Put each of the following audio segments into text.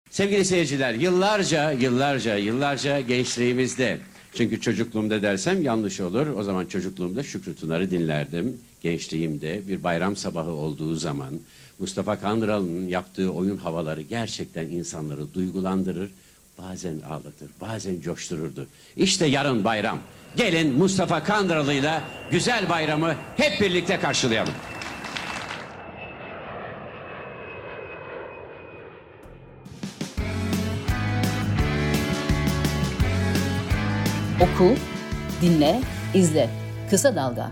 Sevgili seyirciler, yıllarca gençliğimizde, çünkü çocukluğumda dersem yanlış olur. O zaman çocukluğumda Şükrü Tunar'ı dinlerdim. Gençliğimde bir bayram sabahı olduğu zaman Mustafa Kandıralı'nın yaptığı oyun havaları gerçekten insanları duygulandırır, bazen ağlatır, bazen coştururdu. İşte yarın bayram. Gelin Mustafa Kandıralı'yla güzel bayramı hep birlikte karşılayalım. Oku, dinle, izle. Kısa Dalga.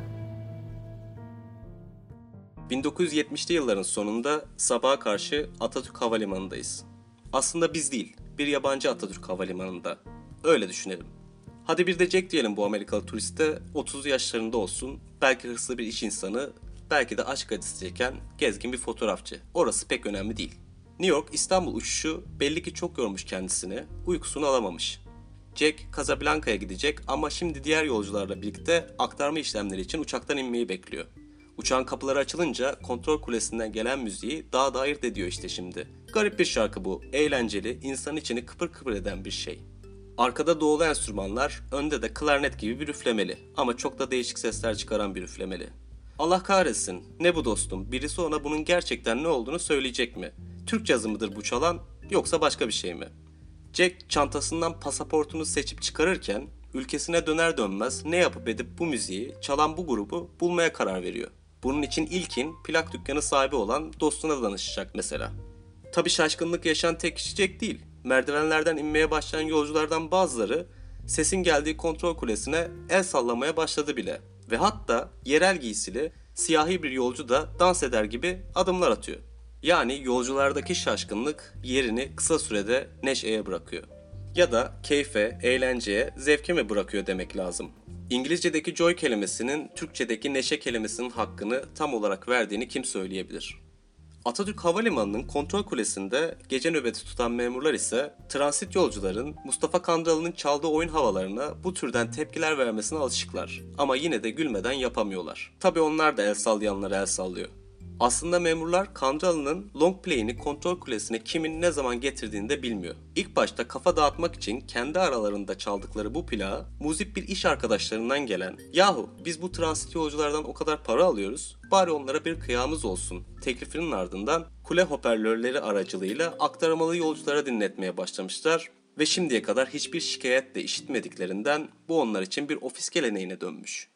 1970'li yılların sonunda sabaha karşı Atatürk Havalimanı'ndayız. Aslında biz değil, bir yabancı Atatürk Havalimanı'nda. Öyle düşünelim. Hadi bir de Jack diyelim bu Amerikalı turiste, 30'lu yaşlarında olsun, belki hırslı bir iş insanı, belki de aşk acısı çeken gezgin bir fotoğrafçı. Orası pek önemli değil. New York-İstanbul uçuşu belli ki çok yormuş kendisini, uykusunu alamamış. Jack, Casablanca'ya gidecek ama şimdi diğer yolcularla birlikte aktarma işlemleri için uçaktan inmeyi bekliyor. Uçağın kapıları açılınca kontrol kulesinden gelen müziği daha da ayırt ediyor işte şimdi. Garip bir şarkı bu, eğlenceli, insanın içini kıpır kıpır eden bir şey. Arkada doğulu enstrümanlar, önde de klarnet gibi bir üflemeli ama çok da değişik sesler çıkaran bir üflemeli. Allah kahretsin, ne bu dostum, birisi ona bunun gerçekten ne olduğunu söyleyecek mi? Türk cazı mıdır bu çalan, yoksa başka bir şey mi? Jack çantasından pasaportunu seçip çıkarırken ülkesine döner dönmez ne yapıp edip bu müziği, çalan bu grubu bulmaya karar veriyor. Bunun için ilkin plak dükkanı sahibi olan dostuna danışacak mesela. Tabii şaşkınlık yaşayan tek kişi Jack değil. Merdivenlerden inmeye başlayan yolculardan bazıları sesin geldiği kontrol kulesine el sallamaya başladı bile. Ve hatta yerel giysili siyahi bir yolcu da dans eder gibi adımlar atıyor. Yani yolculardaki şaşkınlık yerini kısa sürede neşeye bırakıyor. Ya da keyfe, eğlenceye, zevke mi bırakıyor demek lazım. İngilizce'deki joy kelimesinin Türkçedeki neşe kelimesinin hakkını tam olarak verdiğini kim söyleyebilir? Atatürk Havalimanı'nın kontrol kulesinde gece nöbeti tutan memurlar ise transit yolcuların Mustafa Kandıralı'nın çaldığı oyun havalarına bu türden tepkiler vermesine alışıklar. Ama yine de gülmeden yapamıyorlar. Tabii onlar da el sallayanlara el sallıyor. Aslında memurlar Kandıralı'nın long play'ini kontrol kulesine kimin ne zaman getirdiğini de bilmiyor. İlk başta kafa dağıtmak için kendi aralarında çaldıkları bu plağı muzip bir iş arkadaşlarından gelen "Yahu biz bu transit yolculardan o kadar para alıyoruz, bari onlara bir kıyamız olsun" teklifinin ardından kule hoparlörleri aracılığıyla aktarmalı yolculara dinletmeye başlamışlar ve şimdiye kadar hiçbir şikayet de işitmediklerinden bu onlar için bir ofis geleneğine dönmüş.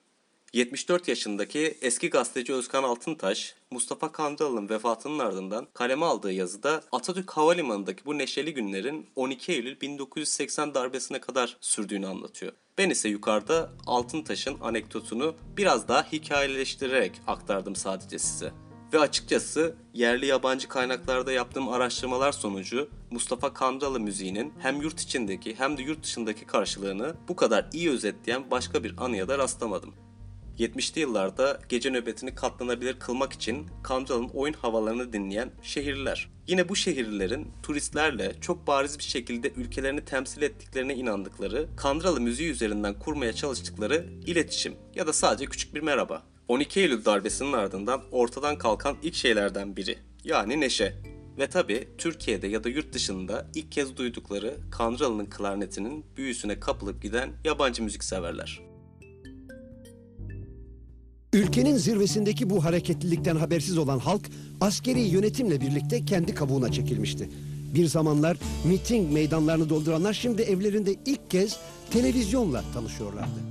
74 yaşındaki eski gazeteci Özkan Altıntaş, Mustafa Kandıralı'nın vefatının ardından kaleme aldığı yazıda Atatürk Havalimanı'ndaki bu neşeli günlerin 12 Eylül 1980 darbesine kadar sürdüğünü anlatıyor. Ben ise yukarıda Altıntaş'ın anekdotunu biraz daha hikayeleştirerek aktardım sadece size. Ve açıkçası yerli yabancı kaynaklarda yaptığım araştırmalar sonucu Mustafa Kandıralı müziğinin hem yurt içindeki hem de yurt dışındaki karşılığını bu kadar iyi özetleyen başka bir anıya da rastlamadım. 70'li yıllarda gece nöbetini katlanabilir kılmak için Kandıralı'nın oyun havalarını dinleyen şehirliler. Yine bu şehirlilerin turistlerle çok bariz bir şekilde ülkelerini temsil ettiklerine inandıkları, Kandıralı müziği üzerinden kurmaya çalıştıkları iletişim ya da sadece küçük bir merhaba. 12 Eylül darbesinin ardından ortadan kalkan ilk şeylerden biri, yani neşe. Ve tabi Türkiye'de ya da yurt dışında ilk kez duydukları Kandıralı'nın klarnetinin büyüsüne kapılıp giden yabancı müzikseverler. Ülkenin zirvesindeki bu hareketlilikten habersiz olan halk askeri yönetimle birlikte kendi kabuğuna çekilmişti. Bir zamanlar miting meydanlarını dolduranlar şimdi evlerinde ilk kez televizyonla tanışıyorlardı.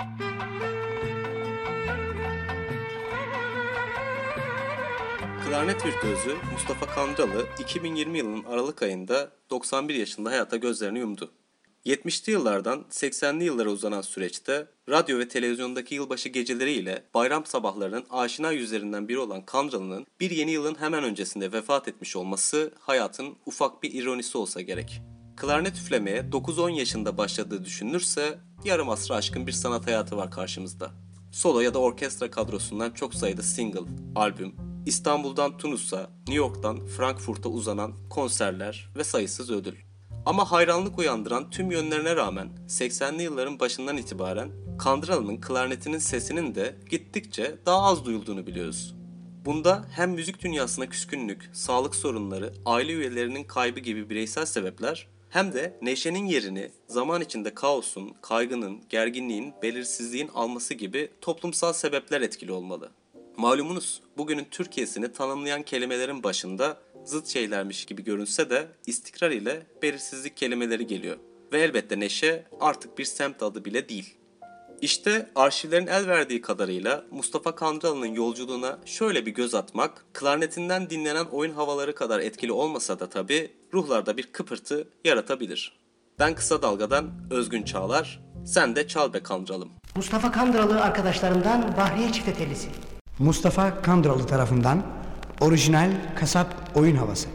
Klarnet virtüözü Mustafa Kandıralı 2020 yılının Aralık ayında 91 yaşında hayata gözlerini yumdu. 70'li yıllardan 80'li yıllara uzanan süreçte radyo ve televizyondaki yılbaşı geceleriyle bayram sabahlarının aşina yüzlerinden biri olan Kandıralı'nın bir yeni yılın hemen öncesinde vefat etmiş olması hayatın ufak bir ironisi olsa gerek. Klarnet üflemeye 9-10 yaşında başladığı düşünülürse yarım asrı aşkın bir sanat hayatı var karşımızda. Solo ya da orkestra kadrosundan çok sayıda single, albüm, İstanbul'dan Tunus'a, New York'tan Frankfurt'a uzanan konserler ve sayısız ödül. Ama hayranlık uyandıran tüm yönlerine rağmen 80'li yılların başından itibaren Kandıralı'nın klarnetinin sesinin de gittikçe daha az duyulduğunu biliyoruz. Bunda hem müzik dünyasına küskünlük, sağlık sorunları, aile üyelerinin kaybı gibi bireysel sebepler hem de neşenin yerini zaman içinde kaosun, kaygının, gerginliğin, belirsizliğin alması gibi toplumsal sebepler etkili olmalı. Malumunuz bugünün Türkiye'sini tanımlayan kelimelerin başında zıt şeylermiş gibi görünse de istikrar ile belirsizlik kelimeleri geliyor. Ve elbette neşe artık bir semt adı bile değil. İşte arşivlerin el verdiği kadarıyla Mustafa Kandıralı'nın yolculuğuna şöyle bir göz atmak, klarnetinden dinlenen oyun havaları kadar etkili olmasa da tabii ruhlarda bir kıpırtı yaratabilir. Ben Kısa Dalga'dan Özgün Çağlar, sen de çal be Kandıralım. Mustafa Kandıralı arkadaşlarından Bahriye Çiftetelisi. Mustafa Kandıralı tarafından orijinal kasap oyun havası.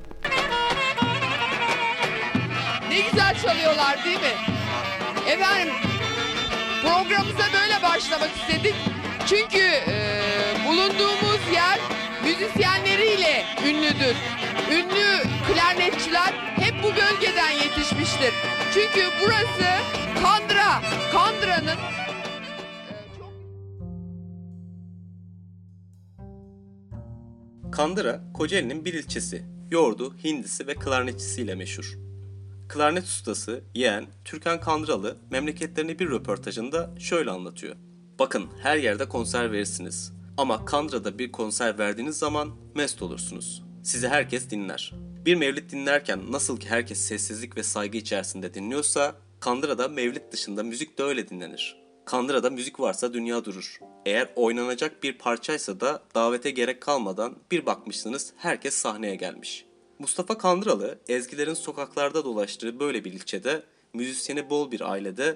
Ne güzel çalıyorlar değil mi? Efendim programımıza böyle başlamak istedik. Çünkü bulunduğumuz yer müzisyenleriyle ünlüdür. Ünlü klarnetçiler hep bu bölgeden yetişmiştir. Çünkü burası Kandıra. Kandıra'nın Kandıra, Kocaeli'nin bir ilçesi. Yoğurdu, hindisi ve klarnetçisiyle meşhur. Klarnet ustası, yeğen, Türkan Kandıralı memleketlerini bir röportajında şöyle anlatıyor. Bakın her yerde konser verirsiniz. Ama Kandıra'da bir konser verdiğiniz zaman mest olursunuz. Sizi herkes dinler. Bir mevlid dinlerken nasıl ki herkes sessizlik ve saygı içerisinde dinliyorsa, Kandıra'da mevlid dışında müzik de öyle dinlenir. Kandıra'da müzik varsa dünya durur. Eğer oynanacak bir parçaysa da davete gerek kalmadan bir bakmışsınız herkes sahneye gelmiş. Mustafa Kandıralı, ezgilerin sokaklarda dolaştığı böyle bir ilçede, müzisyeni bol bir ailede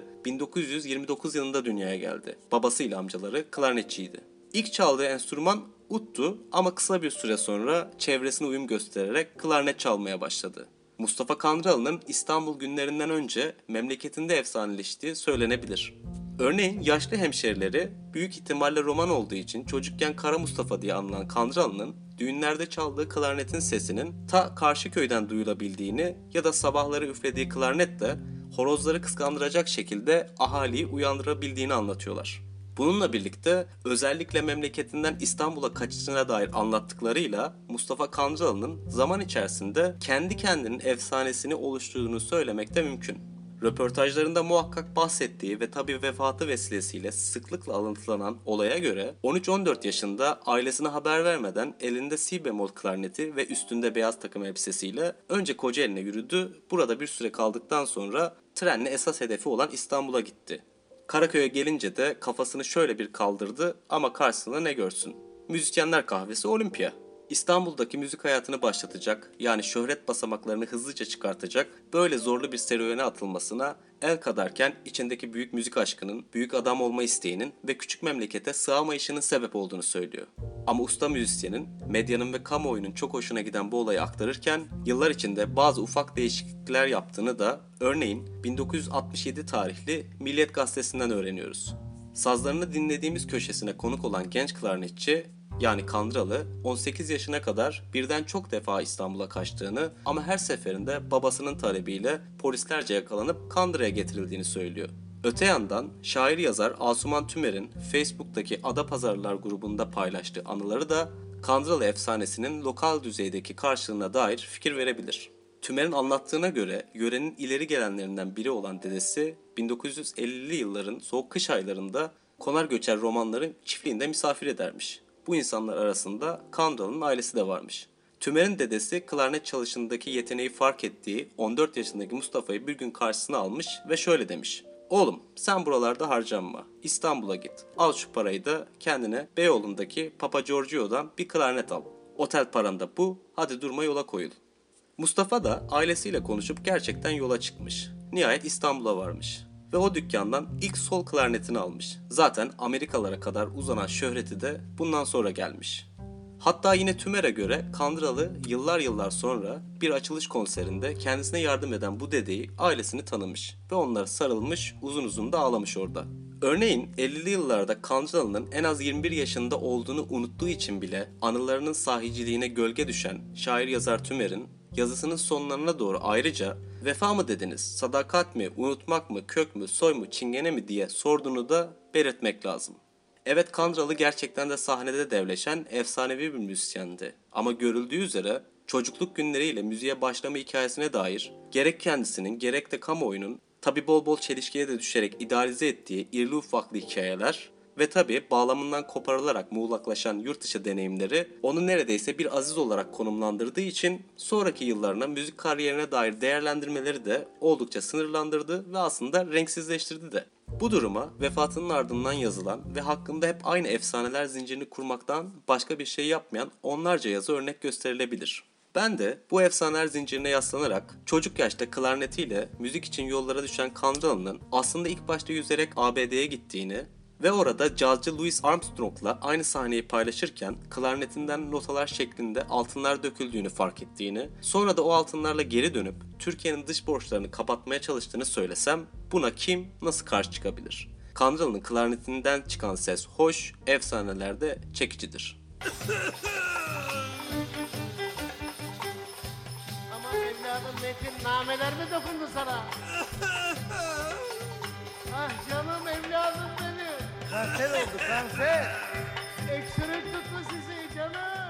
1929 yılında dünyaya geldi. Babasıyla amcaları klarnetçiydi. İlk çaldığı enstrüman uttu ama kısa bir süre sonra çevresine uyum göstererek klarnet çalmaya başladı. Mustafa Kandıralı'nın İstanbul günlerinden önce memleketinde efsaneleştiği söylenebilir. Örneğin yaşlı hemşerileri büyük ihtimalle roman olduğu için çocukken Kara Mustafa diye anılan Kandıralı'nın düğünlerde çaldığı klarnetin sesinin ta karşı köyden duyulabildiğini ya da sabahları üflediği klarnetle horozları kıskandıracak şekilde ahaliyi uyandırabildiğini anlatıyorlar. Bununla birlikte özellikle memleketinden İstanbul'a kaçışına dair anlattıklarıyla Mustafa Kandıralı'nın zaman içerisinde kendi kendinin efsanesini oluşturduğunu söylemek de mümkün. Röportajlarında muhakkak bahsettiği ve tabii vefatı vesilesiyle sıklıkla alıntılanan olaya göre 13-14 yaşında ailesine haber vermeden elinde si bemol klarneti ve üstünde beyaz takım elbisesiyle önce Kocaeli'ne yürüdü. Burada bir süre kaldıktan sonra trenle esas hedefi olan İstanbul'a gitti. Karaköy'e gelince de kafasını şöyle bir kaldırdı ama karşısında ne görsün? Müzisyenler kahvesi Olimpiya. İstanbul'daki müzik hayatını başlatacak, yani şöhret basamaklarını hızlıca çıkartacak, böyle zorlu bir serüvene atılmasına el kadarken içindeki büyük müzik aşkının, büyük adam olma isteğinin ve küçük memlekete sığamayışının sebep olduğunu söylüyor. Ama usta müzisyenin, medyanın ve kamuoyunun çok hoşuna giden bu olayı aktarırken, yıllar içinde bazı ufak değişiklikler yaptığını da, örneğin 1967 tarihli Milliyet Gazetesi'nden öğreniyoruz. Sazlarını dinlediğimiz köşesine konuk olan genç klarnetçi, yani Kandıralı 18 yaşına kadar birden çok defa İstanbul'a kaçtığını ama her seferinde babasının talebiyle polislerce yakalanıp Kandıra'ya getirildiğini söylüyor. Öte yandan şair yazar Asuman Tümer'in Facebook'taki Adapazarlılar grubunda paylaştığı anıları da Kandıralı efsanesinin lokal düzeydeki karşılığına dair fikir verebilir. Tümer'in anlattığına göre yörenin ileri gelenlerinden biri olan dedesi 1950'li yılların soğuk kış aylarında konar göçer romanların çiftliğinde misafir edermiş. Bu insanlar arasında Kandıralı'nın ailesi de varmış. Tümer'in dedesi klarnet çalışındaki yeteneği fark ettiği 14 yaşındaki Mustafa'yı bir gün karşısına almış ve şöyle demiş. Oğlum sen buralarda harcanma. İstanbul'a git. Al şu parayı da kendine Beyoğlu'ndaki Papa Giorgio'dan bir klarnet al. Otel paran da bu. Hadi durma yola koyul. Mustafa da ailesiyle konuşup gerçekten yola çıkmış. Nihayet İstanbul'a varmış. Ve o dükkandan ilk sol klarnetini almış. Zaten Amerikalara kadar uzanan şöhreti de bundan sonra gelmiş. Hatta yine Tümer'e göre Kandıralı yıllar sonra bir açılış konserinde kendisine yardım eden bu dedeyi ailesini tanımış ve onlara sarılmış, uzun uzun da ağlamış orada. Örneğin 50'li yıllarda Kandıralı'nın en az 21 yaşında olduğunu unuttuğu için bile anılarının sahiciliğine gölge düşen şair yazar Tümer'in yazısının sonlarına doğru ayrıca vefa mı dediniz, sadakat mi, unutmak mı, kök mü, soy mu, çingene mi diye sorduğunu da belirtmek lazım. Evet, Kandıralı gerçekten de sahnede devleşen efsanevi bir müzisyendi. Ama görüldüğü üzere çocukluk günleriyle müziğe başlama hikayesine dair gerek kendisinin gerek de kamuoyunun tabi bol bol çelişkiye de düşerek idealize ettiği irli ufaklı hikayeler ve tabi bağlamından koparılarak muğlaklaşan yurt dışı deneyimleri onu neredeyse bir aziz olarak konumlandırdığı için sonraki yıllarına müzik kariyerine dair değerlendirmeleri de oldukça sınırlandırdı ve aslında renksizleştirdi de. Bu duruma vefatının ardından yazılan ve hakkında hep aynı efsaneler zincirini kurmaktan başka bir şey yapmayan onlarca yazı örnek gösterilebilir. Ben de bu efsaneler zincirine yaslanarak çocuk yaşta klarnetiyle müzik için yollara düşen Kandıralı'nın aslında ilk başta yüzerek ABD'ye gittiğini ve orada cazcı Louis Armstrong'la aynı sahneyi paylaşırken klarnetinden notalar şeklinde altınlar döküldüğünü fark ettiğini, sonra da o altınlarla geri dönüp Türkiye'nin dış borçlarını kapatmaya çalıştığını söylesem buna kim nasıl karşı çıkabilir? Kandıralı'nın klarnetinden çıkan ses hoş, efsanelerde çekicidir. Aman evladım Metin, nameler mi dokundu sana? Ah canım evladım benim. Kanser oldu, kanser. Öksürük tuttu sizi canım.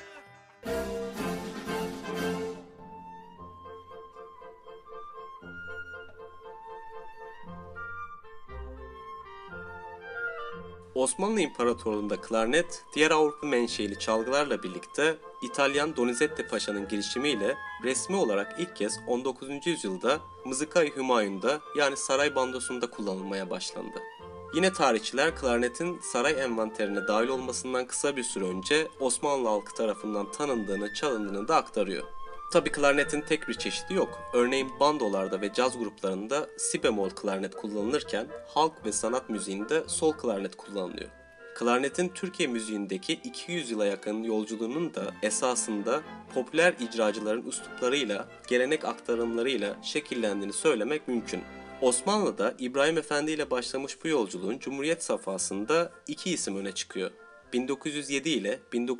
Osmanlı İmparatorluğu'nda klarnet, diğer Avrupa menşeili çalgılarla birlikte İtalyan Donizetti Paşa'nın girişimiyle resmi olarak ilk kez 19. yüzyılda Mızıka-i Hümayun'da yani saray bandosunda kullanılmaya başlandı. Yine tarihçiler klarnetin saray envanterine dahil olmasından kısa bir süre önce Osmanlı halkı tarafından tanındığını, çalındığını da aktarıyor. Tabi klarnetin tek bir çeşidi yok. Örneğin bandolarda ve caz gruplarında si bemol klarnet kullanılırken halk ve sanat müziğinde sol klarnet kullanılıyor. Klarnetin Türkiye müziğindeki 200 yıla yakın yolculuğunun da esasında popüler icracıların üsluplarıyla, gelenek aktarımlarıyla şekillendiğini söylemek mümkün. Osmanlı'da İbrahim Efendi ile başlamış bu yolculuğun Cumhuriyet safhasında iki isim öne çıkıyor. 1907 ile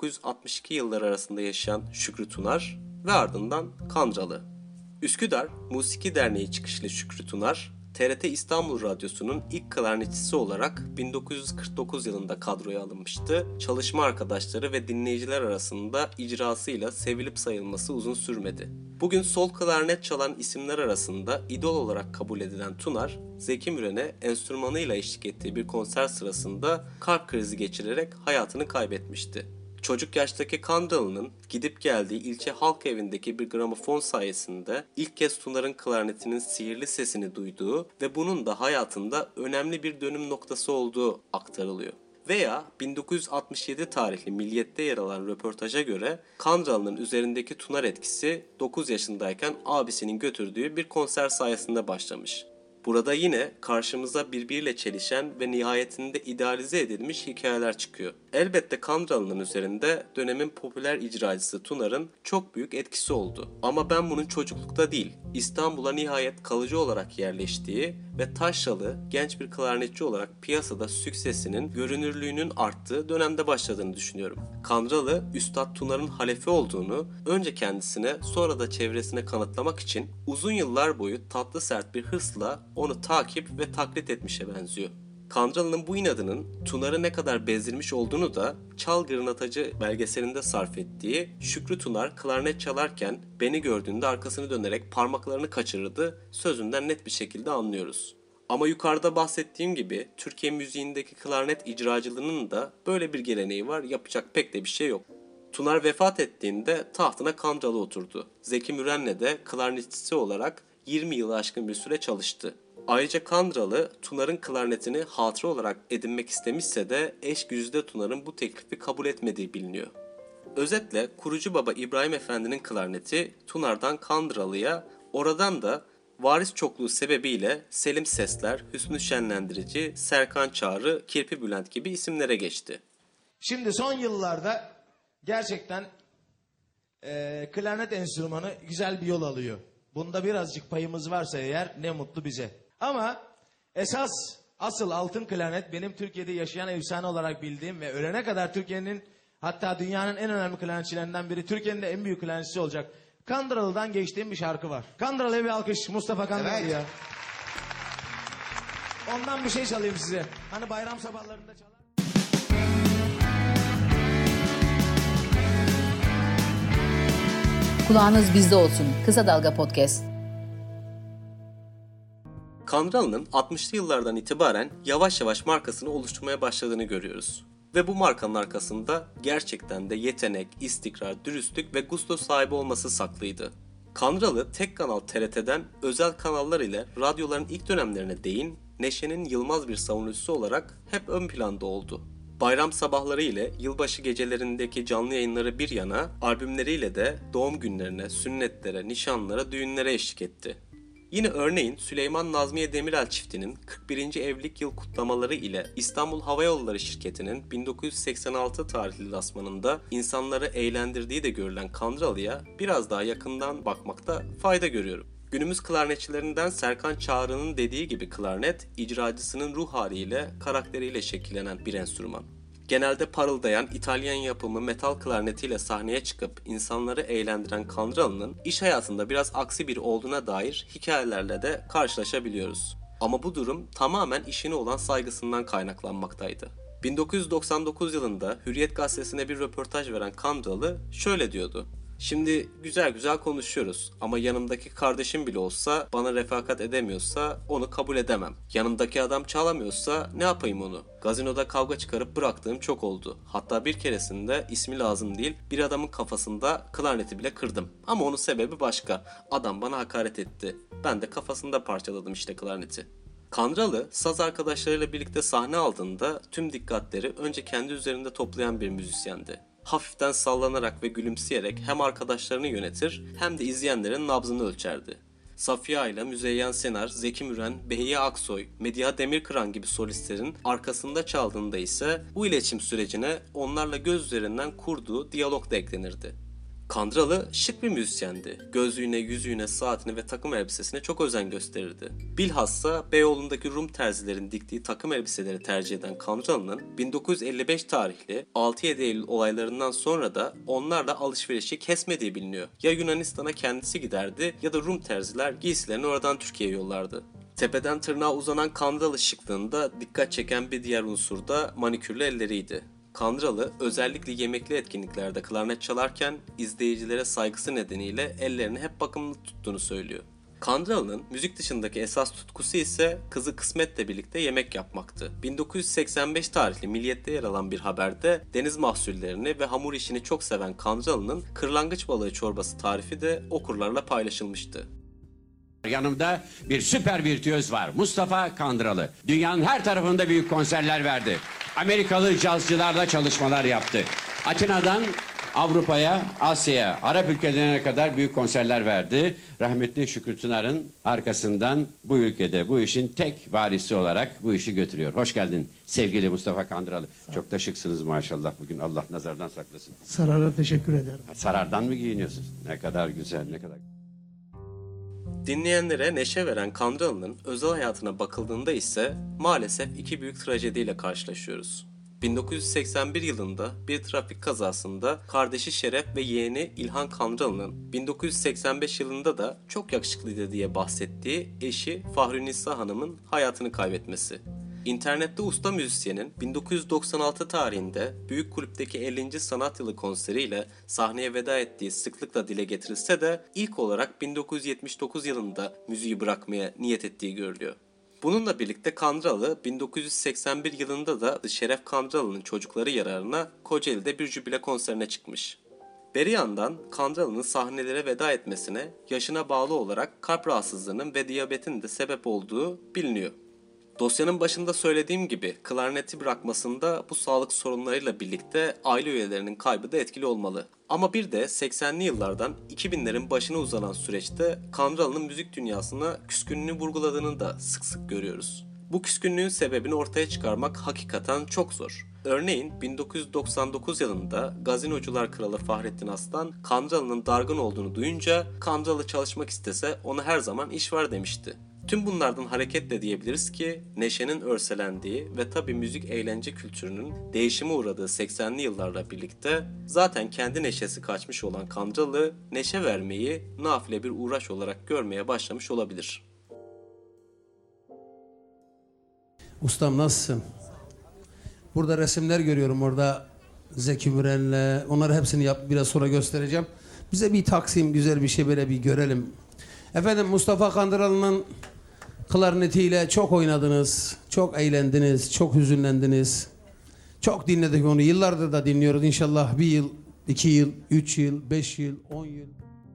1962 yılları arasında yaşayan Şükrü Tunar ve ardından Kandıralı. Üsküdar Musiki Derneği çıkışlı Şükrü Tunar, TRT İstanbul Radyosu'nun ilk klarnetçisi olarak 1949 yılında kadroya alınmıştı. Çalışma arkadaşları ve dinleyiciler arasında icrasıyla sevilip sayılması uzun sürmedi. Bugün sol klarnet çalan isimler arasında idol olarak kabul edilen Tunar, Zeki Müren'e enstrümanıyla eşlik ettiği bir konser sırasında kalp krizi geçirerek hayatını kaybetmişti. Çocuk yaştaki Kandıralı'nın gidip geldiği ilçe halk evindeki bir gramofon sayesinde ilk kez Tunar'ın klarnetinin sihirli sesini duyduğu ve bunun da hayatında önemli bir dönüm noktası olduğu aktarılıyor. Veya 1967 tarihli Milliyet'te yer alan röportaja göre Kandıralı'nın üzerindeki Tunar etkisi 9 yaşındayken abisinin götürdüğü bir konser sayesinde başlamış. Burada yine karşımıza birbiriyle çelişen ve nihayetinde idealize edilmiş hikayeler çıkıyor. Elbette Kandıralı'nın üzerinde dönemin popüler icracısı Tunar'ın çok büyük etkisi oldu. Ama ben bunun çocuklukta değil, İstanbul'a nihayet kalıcı olarak yerleştiği ve taşralı genç bir klarnetçi olarak piyasada süksesinin, görünürlüğünün arttığı dönemde başladığını düşünüyorum. Kandıralı, Üstad Tunar'ın halefi olduğunu önce kendisine sonra da çevresine kanıtlamak için uzun yıllar boyu tatlı sert bir hırsla onu takip ve taklit etmişe benziyor. Kandıralı'nın bu inadının Tunar'ı ne kadar bezdirmiş olduğunu da Çal Gırnatacı belgeselinde sarf ettiği Şükrü Tunar klarnet çalarken beni gördüğünde arkasını dönerek parmaklarını kaçırırdı sözünden net bir şekilde anlıyoruz. Ama yukarıda bahsettiğim gibi Türkiye müziğindeki klarnet icracılığının da böyle bir geleneği var, yapacak pek de bir şey yok. Tunar vefat ettiğinde tahtına Kandıralı oturdu. Zeki Müren'le de klarnetçisi olarak 20 yılı aşkın bir süre çalıştı. Ayrıca Kandıralı, Tunar'ın klarnetini hatıra olarak edinmek istemişse de eş güzide Tunar'ın bu teklifi kabul etmediği biliniyor. Özetle kurucu baba İbrahim Efendi'nin klarneti Tunar'dan Kandıralı'ya, oradan da varis çokluğu sebebiyle Selim Sesler, Hüsnü Şenlendirici, Serkan Çağrı, Kirpi Bülent gibi isimlere geçti. Şimdi son yıllarda gerçekten klarnet enstrümanı güzel bir yol alıyor. Bunda birazcık payımız varsa eğer ne mutlu bize. Ama asıl altın klarnet benim Türkiye'de yaşayan efsane olarak bildiğim ve ölene kadar Türkiye'nin hatta dünyanın en önemli klarnetçilerinden biri, Türkiye'nin de en büyük klarnetçisi olacak Kandıralı'dan geçtiğim bir şarkı var. Kandıralı'ya bir alkış, Mustafa Kandıralı Evet. ya. Ondan bir şey çalayım size. Hani bayram sabahlarında çalar. Kulağınız bizde olsun. Kısa Dalga Podcast. Kandıralı'nın 60'lı yıllardan itibaren yavaş yavaş markasını oluşturmaya başladığını görüyoruz. Ve bu markanın arkasında gerçekten de yetenek, istikrar, dürüstlük ve gusto sahibi olması saklıydı. Kandıralı tek kanal TRT'den özel kanallar ile radyoların ilk dönemlerine değin, Neşe'nin yılmaz bir savunucusu olarak hep ön planda oldu. Bayram sabahları ile yılbaşı gecelerindeki canlı yayınları bir yana, albümleriyle de doğum günlerine, sünnetlere, nişanlara, düğünlere eşlik etti. Yine örneğin Süleyman Nazmiye Demirel çiftinin 41. evlilik yıl kutlamaları ile İstanbul Havayolları Şirketi'nin 1986 tarihli lansmanında insanları eğlendirdiği de görülen Kandıralı'ya biraz daha yakından bakmakta fayda görüyorum. Günümüz klarnetçilerinden Serkan Çağrı'nın dediği gibi klarnet, icracısının ruh haliyle, karakteriyle şekillenen bir enstrüman. Genelde parıldayan İtalyan yapımı metal klarnetiyle sahneye çıkıp insanları eğlendiren Kandıralı'nın iş hayatında biraz aksi biri olduğuna dair hikayelerle de karşılaşabiliyoruz. Ama bu durum tamamen işine olan saygısından kaynaklanmaktaydı. 1999 yılında Hürriyet gazetesine bir röportaj veren Kandıralı şöyle diyordu. Şimdi güzel güzel konuşuyoruz ama yanımdaki kardeşim bile olsa bana refakat edemiyorsa onu kabul edemem. Yanımdaki adam çalamıyorsa ne yapayım onu? Gazinoda kavga çıkarıp bıraktığım çok oldu. Hatta bir keresinde ismi lazım değil bir adamın kafasında klarneti bile kırdım. Ama onun sebebi başka. Adam bana hakaret etti. Ben de kafasında parçaladım işte klarneti. Kandıralı, saz arkadaşlarıyla birlikte sahne aldığında tüm dikkatleri önce kendi üzerinde toplayan bir müzisyendi. Hafiften sallanarak ve gülümseyerek hem arkadaşlarını yönetir hem de izleyenlerin nabzını ölçerdi. Safiye Ayla, Müzeyyen Senar, Zeki Müren, Behiye Aksoy, Mediha Demirkıran gibi solistlerin arkasında çaldığında ise bu iletişim sürecine onlarla göz üzerinden kurduğu diyalog da eklenirdi. Kandıralı şık bir müzisyendi. Gözlüğüne, yüzüğüne, saatine ve takım elbisesine çok özen gösterirdi. Bilhassa Beyoğlu'ndaki Rum terzilerin diktiği takım elbiseleri tercih eden Kandıralı'nın 1955 tarihli 6-7 Eylül olaylarından sonra da onlarla alışverişi kesmediği biliniyor. Ya Yunanistan'a kendisi giderdi ya da Rum terziler giysilerini oradan Türkiye'ye yollardı. Tepeden tırnağa uzanan Kandıralı şıklığında dikkat çeken bir diğer unsur da manikürlü elleriydi. Kandıralı özellikle yemekli etkinliklerde klarnet çalarken izleyicilere saygısı nedeniyle ellerini hep bakımlı tuttuğunu söylüyor. Kandıralı'nın müzik dışındaki esas tutkusu ise kızı Kısmet'le birlikte yemek yapmaktı. 1985 tarihli Milliyet'te yer alan bir haberde deniz mahsullerini ve hamur işini çok seven Kandıralı'nın kırlangıç balığı çorbası tarifi de okurlarla paylaşılmıştı. Yanımda bir süper virtüöz var. Mustafa Kandıralı. Dünyanın her tarafında büyük konserler verdi. Amerikalı cazcılarla çalışmalar yaptı. Atina'dan Avrupa'ya, Asya'ya, Arap ülkelerine kadar büyük konserler verdi. Rahmetli Şükrü Tınar'ın arkasından bu ülkede bu işin tek varisi olarak bu işi götürüyor. Hoş geldin sevgili Mustafa Kandıralı. Çok da şıksınız maşallah bugün. Allah nazardan saklasın. Sarar'a teşekkür ederim. Sarardan mı giyiniyorsun? Ne kadar güzel, ne kadar. Dinleyenlere neşe veren Kandıralı'nın özel hayatına bakıldığında ise maalesef iki büyük trajediyle karşılaşıyoruz. 1981 yılında bir trafik kazasında kardeşi Şeref ve yeğeni İlhan Kandıralı'nın 1985 yılında da çok yakışıklıydı diye bahsettiği eşi Fahrünisa Hanım'ın hayatını kaybetmesi. İnternette usta müzisyenin 1996 tarihinde Büyük Kulüp'teki 50. Sanat Yılı konseriyle sahneye veda ettiği sıklıkla dile getirilse de ilk olarak 1979 yılında müziği bırakmaya niyet ettiği görülüyor. Bununla birlikte Kandıralı 1981 yılında da Şeref Kandıralı'nın çocukları yararına Kocaeli'de bir jübile konserine çıkmış. Beri yandan Kandıralı'nın sahnelere veda etmesine yaşına bağlı olarak kalp rahatsızlığının ve diyabetin de sebep olduğu biliniyor. Dosyanın başında söylediğim gibi klarneti bırakmasında bu sağlık sorunlarıyla birlikte aile üyelerinin kaybı da etkili olmalı. Ama bir de 80'li yıllardan 2000'lerin başına uzanan süreçte Kandıralı'nın müzik dünyasına küskünlüğünü vurguladığını da sık sık görüyoruz. Bu küskünlüğün sebebini ortaya çıkarmak hakikaten çok zor. Örneğin 1999 yılında Gazinocular Kralı Fahrettin Aslan, Kandıralı'nın dargın olduğunu duyunca Kandıralı çalışmak istese ona her zaman iş var demişti. Tüm bunlardan hareketle diyebiliriz ki neşenin örselendiği ve tabii müzik eğlence kültürünün değişime uğradığı 80'li yıllarla birlikte zaten kendi neşesi kaçmış olan Kandıralı neşe vermeyi nafile bir uğraş olarak görmeye başlamış olabilir. Ustam nasılsın? Burada resimler görüyorum orada Zeki Müren'le. Onları hepsini biraz sonra göstereceğim. Bize bir Taksim güzel bir şey böyle bir görelim. Efendim Mustafa Kandıralı'nın klarnetiyle çok oynadınız, çok eğlendiniz, çok hüzünlendiniz. Çok dinledik onu, yıllardır da dinliyoruz. İnşallah 1 yıl, 2 yıl, 3 yıl, 5 yıl, 10 yıl.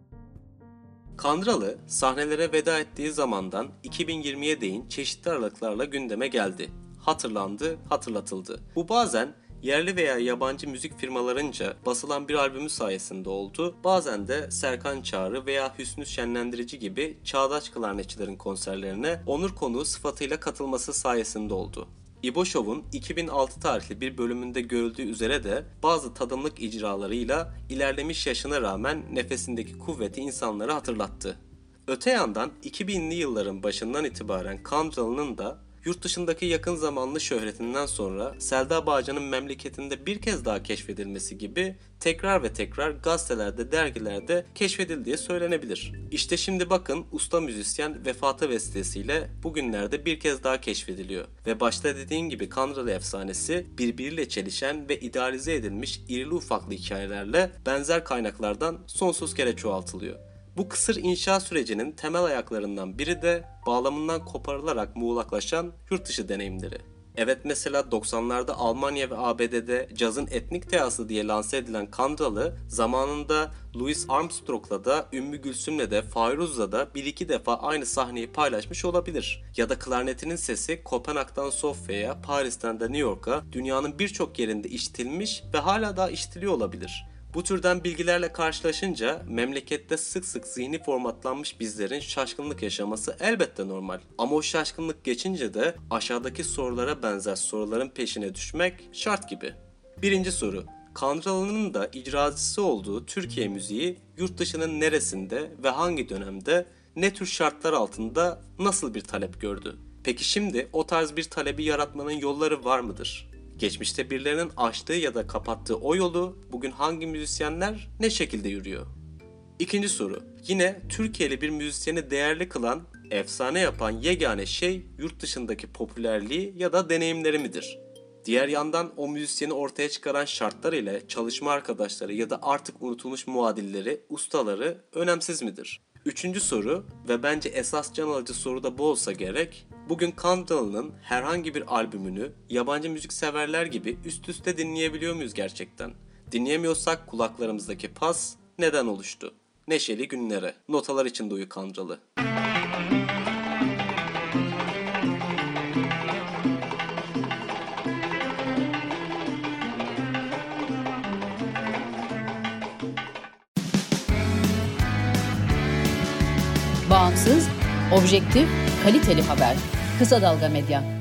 Kandıralı sahnelere veda ettiği zamandan 2020'ye değin çeşitli aralıklarla gündeme geldi. Hatırlandı, hatırlatıldı. Bu bazen yerli veya yabancı müzik firmalarınca basılan bir albümü sayesinde oldu. Bazen de Serkan Çağrı veya Hüsnü Şenlendirici gibi çağdaş klarnetçilerin konserlerine onur konuğu sıfatıyla katılması sayesinde oldu. İbo Show'un 2006 tarihli bir bölümünde görüldüğü üzere de bazı tadımlık icralarıyla ilerlemiş yaşına rağmen nefesindeki kuvveti insanlara hatırlattı. Öte yandan 2000'li yılların başından itibaren Kandıralı'nın da yurt dışındaki yakın zamanlı şöhretinden sonra Selda Bağcan'ın memleketinde bir kez daha keşfedilmesi gibi tekrar ve tekrar gazetelerde, dergilerde keşfedildiği söylenebilir. İşte şimdi bakın usta müzisyen vefata vesilesiyle bugünlerde bir kez daha keşfediliyor. Ve başta dediğim gibi Kandıralı efsanesi birbiriyle çelişen ve idealize edilmiş irili ufaklı hikayelerle benzer kaynaklardan sonsuz kere çoğaltılıyor. Bu kısır inşa sürecinin temel ayaklarından biri de bağlamından koparılarak muğlaklaşan yurt dışı deneyimleri. Evet, mesela 90'larda Almanya ve ABD'de cazın etnik teası diye lanse edilen Kandıralı zamanında Louis Armstrong'la da Ümmü Gülsüm'le de Fayruz'la da bir iki defa aynı sahneyi paylaşmış olabilir. Ya da klarnetinin sesi Kopenhag'dan Sofya'ya, Paris'ten de New York'a dünyanın birçok yerinde işitilmiş ve hala daha işitiliyor olabilir. Bu türden bilgilerle karşılaşınca memlekette sık sık zihni formatlanmış bizlerin şaşkınlık yaşaması elbette normal. Ama o şaşkınlık geçince de aşağıdaki sorulara benzer soruların peşine düşmek şart gibi. Birinci soru. Kandıralı'nın da icracısı olduğu Türkiye müziği yurt dışının neresinde ve hangi dönemde, ne tür şartlar altında nasıl bir talep gördü? Peki şimdi o tarz bir talebi yaratmanın yolları var mıdır? Geçmişte birilerinin açtığı ya da kapattığı o yolu bugün hangi müzisyenler ne şekilde yürüyor? İkinci soru. Yine Türkiye'li bir müzisyeni değerli kılan, efsane yapan yegane şey yurt dışındaki popülerliği ya da deneyimleri midir? Diğer yandan o müzisyeni ortaya çıkaran şartlar ile çalışma arkadaşları ya da artık unutulmuş muadilleri, ustaları önemsiz midir? Üçüncü soru ve bence esas can alıcı soru da bu olsa gerek. Bugün Kandıralı'nın herhangi bir albümünü yabancı müzik severler gibi üst üste dinleyebiliyor muyuz gerçekten? Dinleyemiyorsak kulaklarımızdaki pas neden oluştu? Neşeli günlere, notalar içinde uyu Kandıralı. Bağımsız, objektif, kaliteli haber. Kısa Dalga Medya.